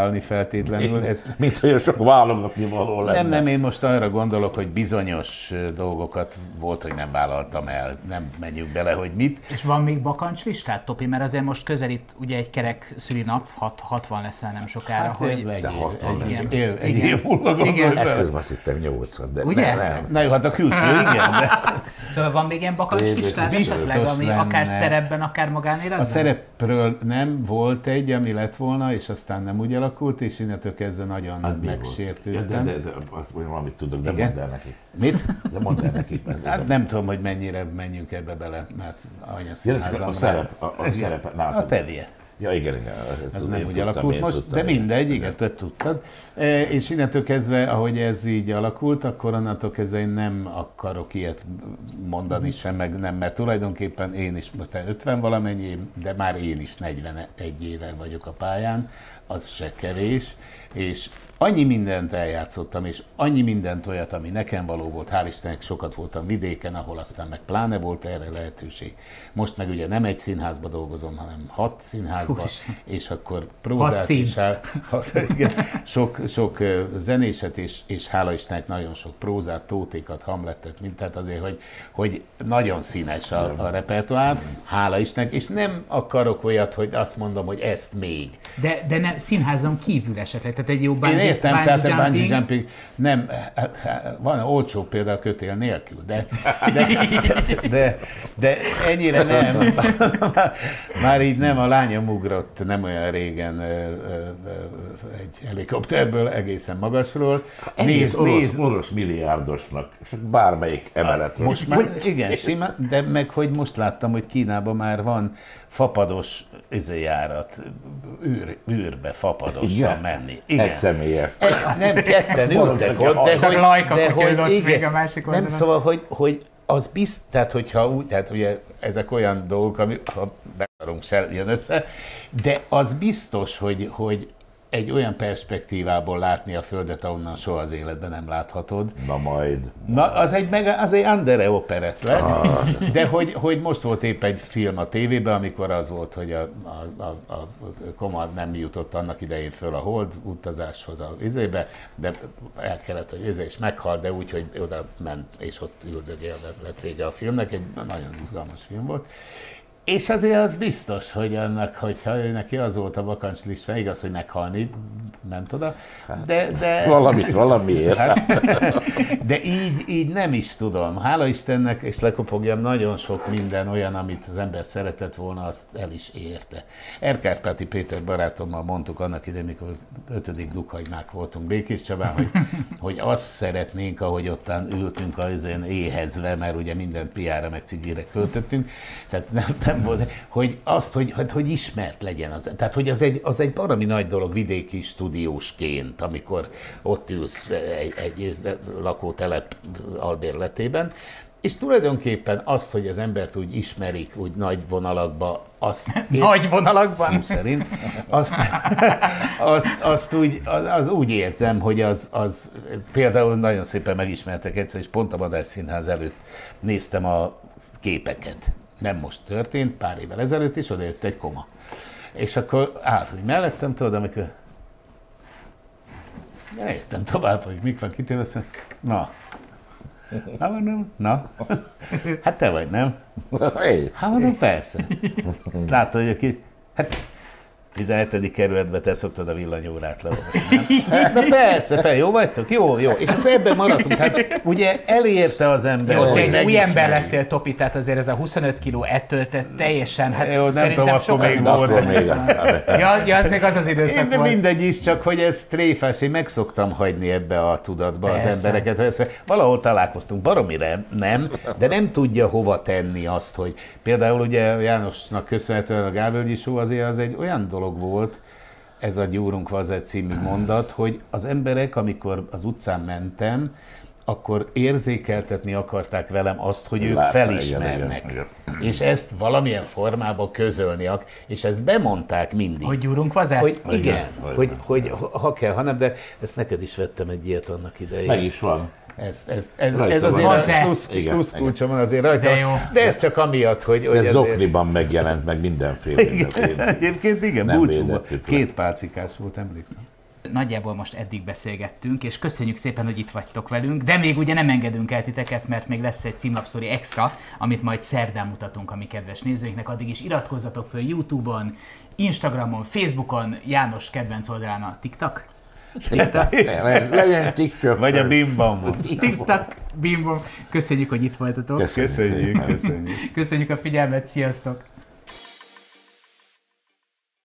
vállalni feltétlenül. Mint olyan sok válogatni való lenne. Nem, én most arra gondolok, hogy bizonyos dolgokat volt, hogy nem vállaltam el. Nem menjünk bele, hogy mit. És van még bakancslistát, Topi? Mert azért most közelít ugye egy kerek szülinap, 60 leszel nem sokára. Hát, hogy egy év múlva gondolom. Esküszöm, azt hittem 80, de ugye? nem. Na jó, hát a külső, igen. De... Szóval van még ilyen bakancslistát esetleg, ami akár szerepben, akár magánéletben? A szerepről nem volt egy, ami lett volna, és aztán nem úgy alakult, és innentől kezdve nagyon megsértődtem. De valamit tudok, de mondd el neki. Mit? De mondd el neki. Hát nem tudom, hogy mennyire menjünk ebbe bele, mert anyaszínházam. A szerep nálad. A Tevje. Ja, igen. Ez nem úgy alakult most, de mindegy, igen, te tudtad. És innentől kezdve, ahogy ez így alakult, akkor onnantól kezdve én nem akarok ilyet mondani sem, meg nem, mert tulajdonképpen én is, most 50 valamennyi, de már én is 41 éve vagyok a pályán, az se kevés, és annyi mindent eljátszottam, és annyi mindent olyat, ami nekem való volt, hál' Istennek sokat voltam vidéken, ahol aztán meg pláne volt erre lehetőség. Most meg ugye nem egy színházba dolgozom, hanem 6 színházba, és akkor prózát is, sok zenéset, és hála Istennek nagyon sok prózát, Tótékat, Hamletet, tehát azért, hogy nagyon színes a repertoár, hála Istennek, és nem akarok olyat, hogy azt mondom, hogy ezt még. De nem, színházon kívül esetleg, tehát egy jó bungee tehát a bungee jumping nem, van olcsó például kötél nélkül, de ennyire nem. Már így nem, a lányom ugrott nem olyan régen egy helikopterből egészen magasról. Orosz milliárdosnak, és bármelyik emeletről. Most már, igen, simán, de meg hogy most láttam, hogy Kínában már van fapados járat, űrbe fapadossal menni. Igen. Egy személyes. Nem, ketten ültek ott, de hogy még a másik nem, szóval, hogy az biztos, tehát hogyha úgy, tehát ugye ezek olyan dolgok, ami ha bekarunk se jön össze, de az biztos, hogy egy olyan perspektívából látni a Földet, ahonnan soha az életben nem láthatod. Na majd. Na, az egy andere operett lesz, de hogy most volt épp egy film a tévében, amikor az volt, hogy a Komad nem jutott annak idején föl a hold utazáshoz az izébe, de el kellett, hogy izé is meghalt, de úgy, hogy oda ment, és ott üldögélve lett vége a filmnek, egy nagyon izgalmas film volt. És azért az biztos, hogy annak, hogyha ő neki az volt a bakancslista, igaz, hogy meghalni ment oda, de valamiért. De így nem is tudom. Hála Istennek, és lekopogjam, nagyon sok minden olyan, amit az ember szeretett volna, azt el is érte. Erkárpáti Péter barátommal mondtuk annak idején, mikor 5. Dukhagymák voltunk Békés Csabán, hogy azt szeretnénk, ahogy ottan ültünk azén éhezve, mert ugye mindent piára meg cigire költöttünk, tehát nem volt, hogy azt, hogy ismert legyen az. Tehát, hogy az egy baromi nagy dolog vidéki stúdiósként, amikor ott ülsz egy lakótelep albérletében, és tulajdonképpen azt, hogy az embert úgy ismerik, úgy nagy vonalakban, nagy vonalakban? Szó szerint, az úgy érzem, hogy az például nagyon szépen megismertek egyszer, és pont a Madách Színház előtt néztem a képeket. Nem most történt, pár évvel ezelőtt, és odajött egy koma. És akkor állt úgy mellettem, tudod, amikor néztem tovább, hogy mik van kitéve, azt mondja, hát mondom, hát te vagy, nem? Hát mondom, persze. Azt látod, hogy aki, hát 17. kerületben te szoktad a villanyórát leolvasni, nem? Na persze, jó vagytok? Jó. És akkor ebben maradtunk. Tehát ugye elérte az ember. Jó, te egy új ember lettél, Topi, tehát azért ez a 25 kiló ettől te teljesen, hát jó, szerintem sokkal még volt. Ja, ez még az időszak volt. Mindegy is, csak hogy ez tréfás, én meg szoktam hagyni ebbe a tudatba persze az embereket. Valahol találkoztunk, baromire nem, de nem tudja hova tenni azt, hogy például ugye Jánosnak köszönhetően a Gálvölgyi Show azért az egy olyan dolog volt, ez a Gyúrunk Vazet című mondat, hogy az emberek, amikor az utcán mentem, akkor érzékeltetni akarták velem azt, hogy ők felismernek. Igen. És ezt valamilyen formában közölni, és ezt bemondták mindig. Hogy Gyúrunk Vazet? Hogy igen, hogy ha kell, hanem, de ezt neked is vettem egy ilyet annak idején. Meg is van. Ez azért a slusz kulcsom van azért rajta, de ez csak amiatt, hogy... Ez zokniban megjelent, meg mindenféle. Egyébként igen, búcsúban. 2 pálcikás volt, emlékszem. Nagyjából most eddig beszélgettünk, és köszönjük szépen, hogy itt vagytok velünk, de még ugye nem engedünk el titeket, mert még lesz egy címlapsztori extra, amit majd szerdán mutatunk a mi kedves nézőinknek. Addig is iratkozzatok föl YouTube-on, Instagramon, Facebookon, János kedvenc oldalán a TikTok. Legyen TikTok. Vagy a Bimbamon. TikTok, Bimbam. Köszönjük, hogy itt voltatok. Köszönjük. Köszönjük a figyelmet, sziasztok!